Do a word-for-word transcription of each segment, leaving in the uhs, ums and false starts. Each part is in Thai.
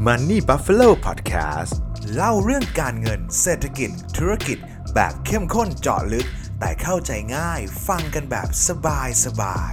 Money Buffalo Podcast เล่าเรื่องการเงินเศรษฐกิจธุรกิจแบบเข้มข้นเจาะลึกแต่เข้าใจง่ายฟังกันแบบสบายสบาย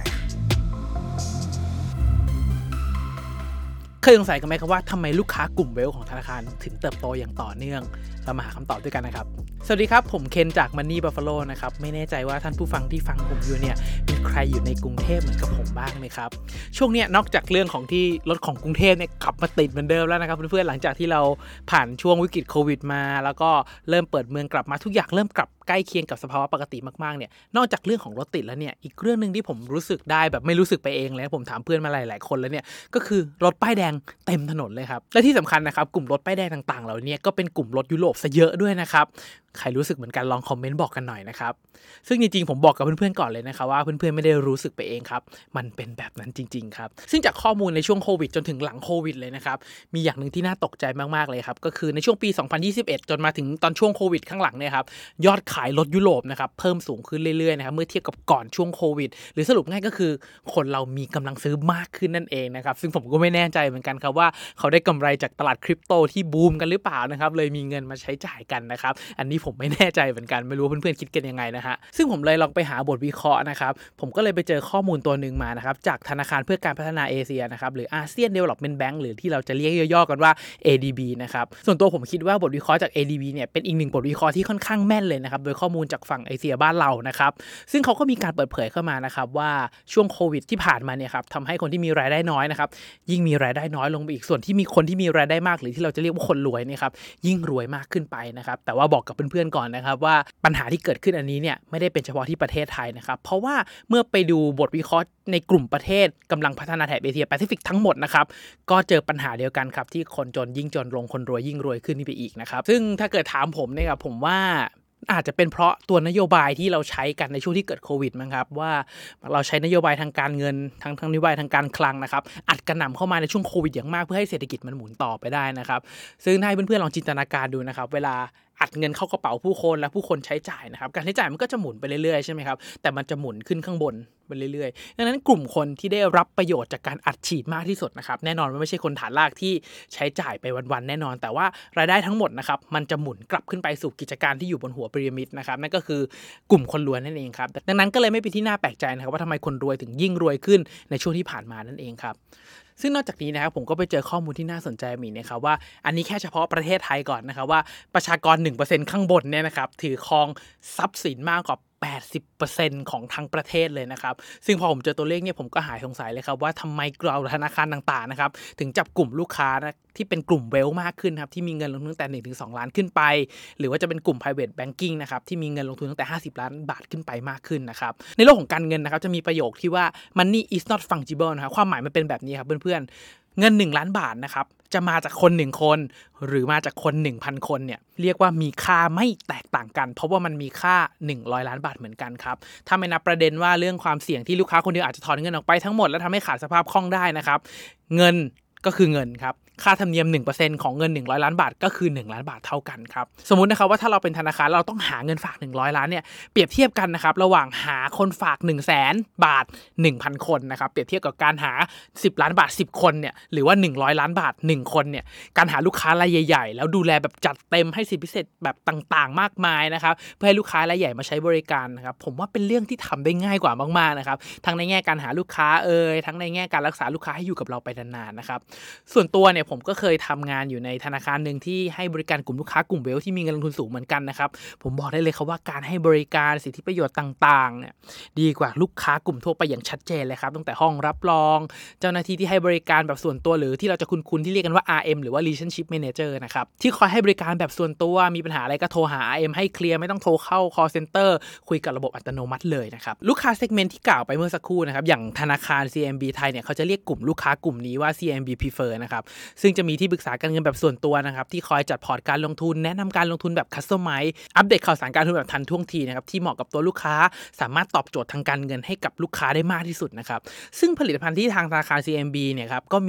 เคยสงสัยกันไหมครับว่าทำไมลูกค้ากลุ่มเวลของธนาคารถึงเติบโตอย่างต่อเนื่องเรามาหาคำตอบด้วยกันนะครับสวัสดีครับผมเคนจาก Money Buffalo นะครับไม่แน่ใจว่าท่านผู้ฟังที่ฟังผมอยู่เนี่ยมีใครอยู่ในกรุงเทพเหมือนกับผมบ้างไหมครับช่วงนี้นอกจากเรื่องของที่รถของกรุงเทพเนี่ยกลับมาติดเหมือนเดิมแล้วนะครับเพื่อนๆหลังจากที่เราผ่านช่วงวิกฤตโควิดมาแล้วก็เริ่มเปิดเมืองกลับมาทุกอย่างเริ่มกลับใกล้เคียงกับสภาวะปกติมากๆเนี่ยนอกจากเรื่องของรถติดแล้วเนี่ยอีกเรื่องนึงที่ผมรู้สึกได้แบบไม่รู้สึกไปเองเลยผมถามเพื่อนมาหลายๆคนแล้วเนี่ยก็คือรถป้ายแดงเต็มถนนเลยครับและที่สำคัญนะครับกลุ่มรถป้ายแดงต่างๆเหล่านี้ก็เป็นกลุ่มรถยุโรปซะเยอะด้วยนะครับใครรู้สึกเหมือนกันลองคอมเมนต์บอกกันหน่อยนะครับซึ่งจริงๆผมบอกกับเพื่อนๆก่อนเลยนะครับว่าเพื่อนๆไม่ได้รู้สึกไปเองครับมันเป็นแบบนั้นจริงๆครับซึ่งจากข้อมูลในช่วงโควิดจนถึงหลังโควิดเลยนะครับมีอย่างนึงที่น่าตกใจมากๆเลยครับก็คือในช่วงปีสองพันยี่สิบเอ็ดจนมาถึงตอนช่วงโควิดข้างหลังเนี่ยครับยอดขายรถยุโรปนะครับเพิ่มสูงขึ้นเรื่อยๆนะครับเมื่อเทียบกับก่อนช่วงโควิดหรือสรุปง่ายก็คือคนเรามีกำลังซื้อมากขึ้นนั่นเองนะครับซึ่งผมก็ไม่แน่ใจเหมือนกันครับว่าเขาได้กำไรจากตลาดคริปโตที่บูมกันหรือเปล่านะครับเลยมีเงินมาใช้จ่ายกันนะครับอันนี้ผมไม่แน่ใจเหมือนกันไม่รู้เพื่อนๆคิดกันยังไงนะฮะซึ่งผมเลยลองไปหาบทวิเคราะห์นะครับผมก็เลยไปเจอข้อมูลตัวนึงมานะครับจากธนาคารเพื่อการพัฒนาเอเชียนะครับหรือ ASEAN Development Bank หรือที่เราจะเรียกย่อๆกันว่า เอ ดี บี นะครับส่วนตัวผมคิดว่าบทวิเคราะห์จาก เอ ดี บี เนี่ยเป็นอีกหนึ่งบทวิเคราะห์ที่ค่อนข้างแม่นเลยนะครับโดยข้อมูลจากฝั่งเอเชียบ้านเรานะครับซึ่งเขาก็มีการเปิดเผยเข้ามานะครับว่าช่วงโควิดที่ผ่านมาเนี่ยครับทำให้คนที่มีรายได้น้อยนะครับยิ่งมีรายได้น้อยลงไปอีกส่วนที่มีคนที่มีรายได้มากหรือที่เราจะเรียกว่าคนรวยเนี่ยครับยิ่งรวยมากขึ้นไปนะครับแต่ว่าบอกกับเพื่อนๆก่อนนะครับว่าปัญหาที่เกิดขึ้นอันนี้เนี่ยไม่ได้เป็นเฉพาะที่ประเทศไทยนะครับเพราะว่าเมื่อไปดูบทวิเคราะห์ในกลุ่มประเทศกำลังพัฒนาแถบเอเชียแปซิฟิกทั้งหมดนะครับก็เจอปัญหาเดียวกันครับที่คนจนยิ่งจนลงคนรวยยิ่งรวยขึ้นนี่ไปอีกนะครับซึ่งถ้าเกิดถามผมเนี่ยครับผมว่าอาจจะเป็นเพราะตัวนโยบายที่เราใช้กันในช่วงที่เกิดโควิดมั้งครับว่าเราใช้นโยบายทางการเงินทั้งทั้งนโยบายทางการคลังนะครับอัดกระหน่ำเข้ามาในช่วงโควิดอย่างมากเพื่อให้เศรษฐกิจมันหมุนต่อไปได้นะครับซึ่งให้เพื่อนๆลองจินตนาการดูนะครับเวลาอัดเงินเข้ากระเป๋าผู้คนและผู้คนใช้จ่ายนะครับการใช้จ่ายมันก็จะหมุนไปเรื่อยๆใช่ไหมครับแต่มันจะหมุนขึ้นข้างบนไปเรื่อยๆดังนั้นกลุ่มคนที่ได้รับประโยชน์จากการอัดฉีดมากที่สุดนะครับแน่นอนว่าไม่ใช่คนฐานรากที่ใช้จ่ายไปวันๆแน่นอนแต่ว่ารายได้ทั้งหมดนะครับมันจะหมุนกลับขึ้นไปสู่กิจการที่อยู่บนหัวพีระมิดนะครับนั่นก็คือกลุ่มคนรวยนั่นเองครับดังนั้นก็เลยไม่เป็นที่น่าแปลกใจนะครับว่าทำไมคนรวยถึงยิ่งรวยขึ้นในช่วงที่ผ่านมานั่นเองครับซึ่งนอกจากนี้นะครับผมก็ไปเจอข้อมูลที่น่าสนใจมีนะครับว่าอันนี้แค่เฉพาะประเทศไทยก่อนนะครับว่าประชากร หนึ่งเปอร์เซ็นต์ ข้างบนเนี่ยนะครับถือครองทรัพย์สินมากกว่า แปดสิบเปอร์เซ็นต์ ของทั้งประเทศเลยนะครับซึ่งพอผมเจอตัวเลขเนี่ยผมก็หายสงสัยเลยครับว่าทำไมเราธนาคารต่างๆนะครับถึงจับกลุ่มลูกค้านะที่เป็นกลุ่มเวลมากขึ้นครับที่มีเงินลงทุนตั้งแต่ หนึ่งถึงสอง ล้านขึ้นไปหรือว่าจะเป็นกลุ่ม private banking นะครับที่มีเงินลงทุนตั้งแต่ห้าสิบล้านบาทขึ้นไปมากขึ้นนะครับในโลกของการเงินนะครับจะมีประโยคที่ว่า money is not fungible นะครับความหมายมันเป็นแบบนี้ครับเพื่อนๆเงินหนึ่งล้านบาทนะครับจะมาจากคนหนึ่งคนหรือมาจากคน หนึ่งพัน คนเนี่ยเรียกว่ามีค่าไม่แตกต่างกันเพราะว่ามันมีค่าหนึ่งร้อยล้านบาทเหมือนกันครับถ้าไม่นับประเด็นว่าเรื่องความเสี่ยงที่ลูกค้าคนเดียวอาจจะถอนเงินออกไปทั้งหมดแล้วทำให้ขาดสภาพคล่องได้นะครับเงินก็คือเงินครับค่าธรรมเนียม หนึ่งเปอร์เซ็นต์ ของเงินหนึ่งร้อยล้านบาทก็คือหนึ่งล้านบาทเท่ากันครับสมมุตินะครับว่าถ้าเราเป็นธนาคารเราต้องหาเงินฝากหนึ่งร้อยล้านเนี่ยเปรียบเทียบกันนะครับระหว่างหาคนฝาก หนึ่งแสน บาท หนึ่งพัน คนนะครับเปรียบเทียบกับการหาสิบล้านบาทสิบคนเนี่ยหรือว่าหนึ่งร้อยล้านบาทหนึ่งคนเนี่ยการหาลูกค้ารายใหญ่ๆแล้วดูแลแบบจัดเต็มให้สิทธิพิเศษแบบต่างๆมากมายนะครับเพื่อให้ลูกค้ารายใหญ่มาใช้บริการนะครับผมว่าเป็นเรื่องที่ทำได้ง่ายกว่ามากๆนะครับทั้งในแง่การหาลูกค้าเอ่ยทั้งในแง่การรักษาลูกค้าให้อยู่กับเราไปนานๆนะครับส่วนตัวเนี่ยผมก็เคยทำงานอยู่ในธนาคารหนึ่งที่ให้บริการกลุ่มลูกค้ากลุ่มเวลที่มีเงินลงทุนสูงเหมือนกันนะครับผมบอกได้เลยครับว่าการให้บริการสิทธิประโยชน์ต่างๆเนี่ยดีกว่าลูกค้ากลุ่มทั่วไปอย่างชัดเจนเลยครับตั้งแต่ห้องรับรองเจ้าหน้าที่ที่ให้บริการแบบส่วนตัวหรือที่เราจะคุ้นๆที่เรียกกันว่า อาร์ เอ็ม หรือว่า Relationship Manager นะครับที่คอยให้บริการแบบส่วนตัวมีปัญหาอะไรก็โทรหา อาร์ เอ็ม ให้เคลียร์ไม่ต้องโทรเข้า call center คุยกับระบบอัตโนมัติเลยนะครับลูกค้าเซกเมนต์ที่กล่าวไปเมื่อสักครู่นะครับอย่างธนาคาร ซี เอ็ม บี ไทยเนี่ยเขาจะเรียกกลุ่มลูกค้ากลุ่มนี้ว่า ซี เอ็ม บี Prefer นะครับซึ่งจะมีที่ปรึกษาการเงินแบบส่วนตัวนะครับที่คอยจัดพอร์ตการลงทุนแนะนำการลงทุนแบบคัสตอมไมซ์อัปเดตข่าวสารการลงทุนแบบทันท่วงทีนะครับที่เหมาะกับตัวลูกค้าสามารถตอบโจทย์ทางการเงินให้กับลูกค้าได้มากที่สุดนะครับซึ่งผลิตภัณฑ์ที่ทางธนาคาร ซี เอ็ม บี เนี่ยครับก็มี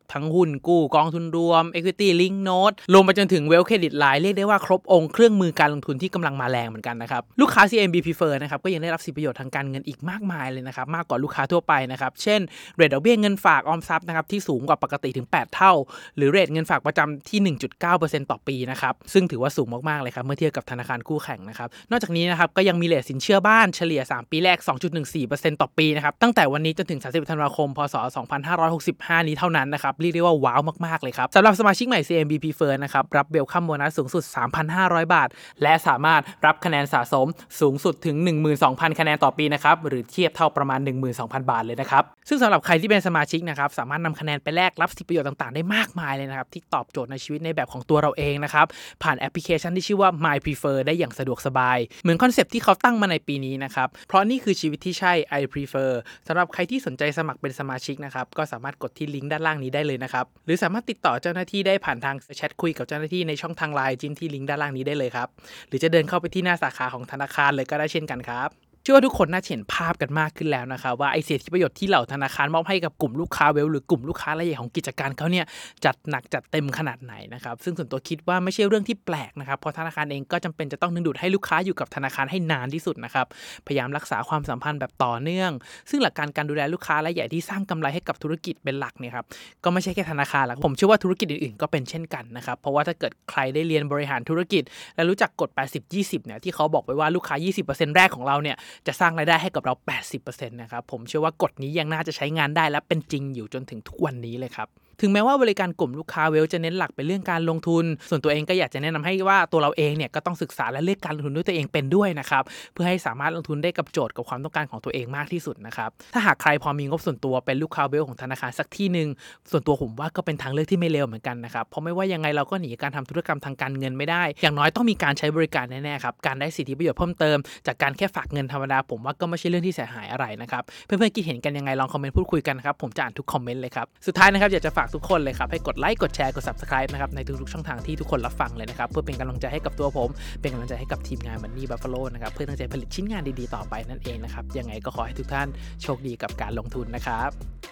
ทั้งหุ้นกู้กองทุนรวม Equity Link Note รวมไปจนถึง Wealth Credit Line เรียกได้ว่าครบองค์เครื่องมือการลงทุนที่กำลังมาแรงเหมือนกันนะครับลูกค้า ซี เอ็ม บี Preferred นะครับก็ยังได้รับสิทธิประโยชน์ทางการเงินอีกมากมายเลยนะครับมากกว่าลูกค้าทั่วไปนะครับเช่นเรทดอกเบี้ยเงินฝากออมทรัพย์นะครับที่สูงกว่าปกติถึงแปดเท่าหรือเรทเงินฝากประจำที่ หนึ่งจุดเก้าเปอร์เซ็นต์ ต่อปีนะครับซึ่งถือว่าสูงมากๆเลยครับเมื่อเทียบกับธนาคารคู่แข่งนะครับนอกจากนี้นะครับก็ยังมีเรทสินเชื่อบ้านเฉลี่ยสามปีแรก สองจุดหนึ่งสี่เปอร์เซ็นต์ ต่อปีนะครับตั้งแต่วันนี้จนถึงสามสิบธันวาคมพ.ศ. สองพันห้าร้อยหกสิบห้านี้เท่านั้นนะครับเรียกได้ว่าว้าวมากๆเลยครับสำหรับสมาชิกใหม่ ซี เอ็ม บี Preferred นะครับรับเวลคัมโบนัสสูงสุด สามพันห้าร้อย บาทและสามารถรับคะแนนสะสมสูงสุดถึง หนึ่งหมื่นสองพัน คะแนนต่อปีนะครับหรือเทียบเท่าประมาณ หนึ่งหมื่นสองพัน บาทเลยนะครับซึ่งสำหรับใครที่เป็นสมาชิกนะครับสามารถนำคะแนนไปแลกรับสิทธิประโยชน์ต่างๆได้มากมายเลยนะครับที่ตอบโจทย์ในชีวิตในแบบของตัวเราเองนะครับผ่านแอปพลิเคชันที่ชื่อว่า My Prefer ได้อย่างสะดวกสบายเหมือนคอนเซ็ปต์ที่เขาตั้งมาในปีนี้นะครับเพราะนี่คือชีวิตที่ใช่ I Prefer สำหรับใครที่สนใจสมัครเป็นสมาชิกนะครับก็สามารถกดที่ลิงก์ด้านล่างนี้ได้เลยนะครับหรือสามารถติดต่อเจ้าหน้าที่ได้ผ่านทางแชทคุยกับเจ้าหน้าที่ในช่องทาง ไลน์ จิ้มที่ลิงก์ด้านล่างนี้ได้เลยครับหรือจะเดินเข้าไปที่หน้าสาขาของธนาคารเลยก็ได้เช่นกันครับเชื่อว่าทุกคนน่าจะเห็นภาพกันมากขึ้นแล้วนะครับว่าไอสิทธิประโยชน์ที่เหล่าธนาคารมอบให้กับกลุ่มลูกค้าเวลหรือกลุ่มลูกค้ารายใหญ่ของกิจการเขาเนี่ยจัดหนักจัดเต็มขนาดไหนนะครับซึ่งส่วนตัวคิดว่าไม่ใช่เรื่องที่แปลกนะครับเพราะธนาคารเองก็จำเป็นจะต้องดึงดูดให้ลูกค้าอยู่กับธนาคารให้นานที่สุดนะครับพยายามรักษาความสัมพันธ์แบบต่อเนื่องซึ่งหลักการการดูแลลูกค้ารายใหญ่ที่สร้างกำไรให้กับธุรกิจเป็นหลักเนี่ยครับก็ไม่ใช่แค่ธนาคารหรอกผมเชื่อว่าธุรกิจอื่นๆก็เป็นเช่นกันนะครับเพราะว่าถ้าเกิดใครได้เรียนบริหารธุรกิจและรู้จักกฎ แปดสิบ ยี่สิบ เนี่ยที่เขาบอกไว้ว่าลูกค้า ยี่สิบเปอร์เซ็นต์ แรกของเราเนี่ยจะสร้างรายได้ให้กับเรา แปดสิบเปอร์เซ็นต์ นะครับผมเชื่อว่ากฎนี้ยังน่าจะใช้งานได้และเป็นจริงอยู่จนถึงทุกวันนี้เลยครับถึงแม้ว่าบริการกลุ่มลูกค้าเวลจะเน้นหลักเป็นเรื่องการลงทุนส่วนตัวเองก็อยากจะแนะนำให้ว่าตัวเราเองเนี่ยก็ต้องศึกษาและเลือกการลงทุนด้วยตัวเองเป็นด้วยนะครับเพื่อให้สามารถลงทุนได้กับโจทย์กับความต้องการของตัวเองมากที่สุดนะครับถ้าหากใครพอมีงบส่วนตัวเป็นลูกค้าเวลของธนาคารสักที่นึงส่วนตัวผมว่าก็เป็นทางเลือกที่ไม่เลวเหมือนกันนะครับเพราะไม่ว่ายังไงเราก็หนีการทำธุรกรรมทางการเงินไม่ได้อย่างน้อยต้องมีการใช้บริการแน่ๆครับการได้สิทธิประโยชน์เพิ่มเติมจากการแค่ฝากเงินธรรมดาผมว่าก็ไม่ใช่เรื่องที่เสียหายอะไรนะครับเพื่อนๆคิดเห็นกันยังไงลองคอมเมนต์พูดคุยกันนะครับผมจะอ่านทุกคอมเมนต์เลยครับสุดท้ายนะครับอยากจะฝากทุกคนเลยครับให้กดไลค์กดแชร์กด Subscribe นะครับในทุกๆช่องทางที่ทุกคนรับฟังเลยนะครับเพื่อเป็นกำลังใจให้กับตัวผมเป็นกำลังใจให้กับทีมงาน Money Buffalo นะครับเพื่อตั้งใจผลิตชิ้นงานดีๆต่อไปนั่นเองนะครับยังไงก็ขอให้ทุกท่านโชคดีกับการลงทุนนะครับ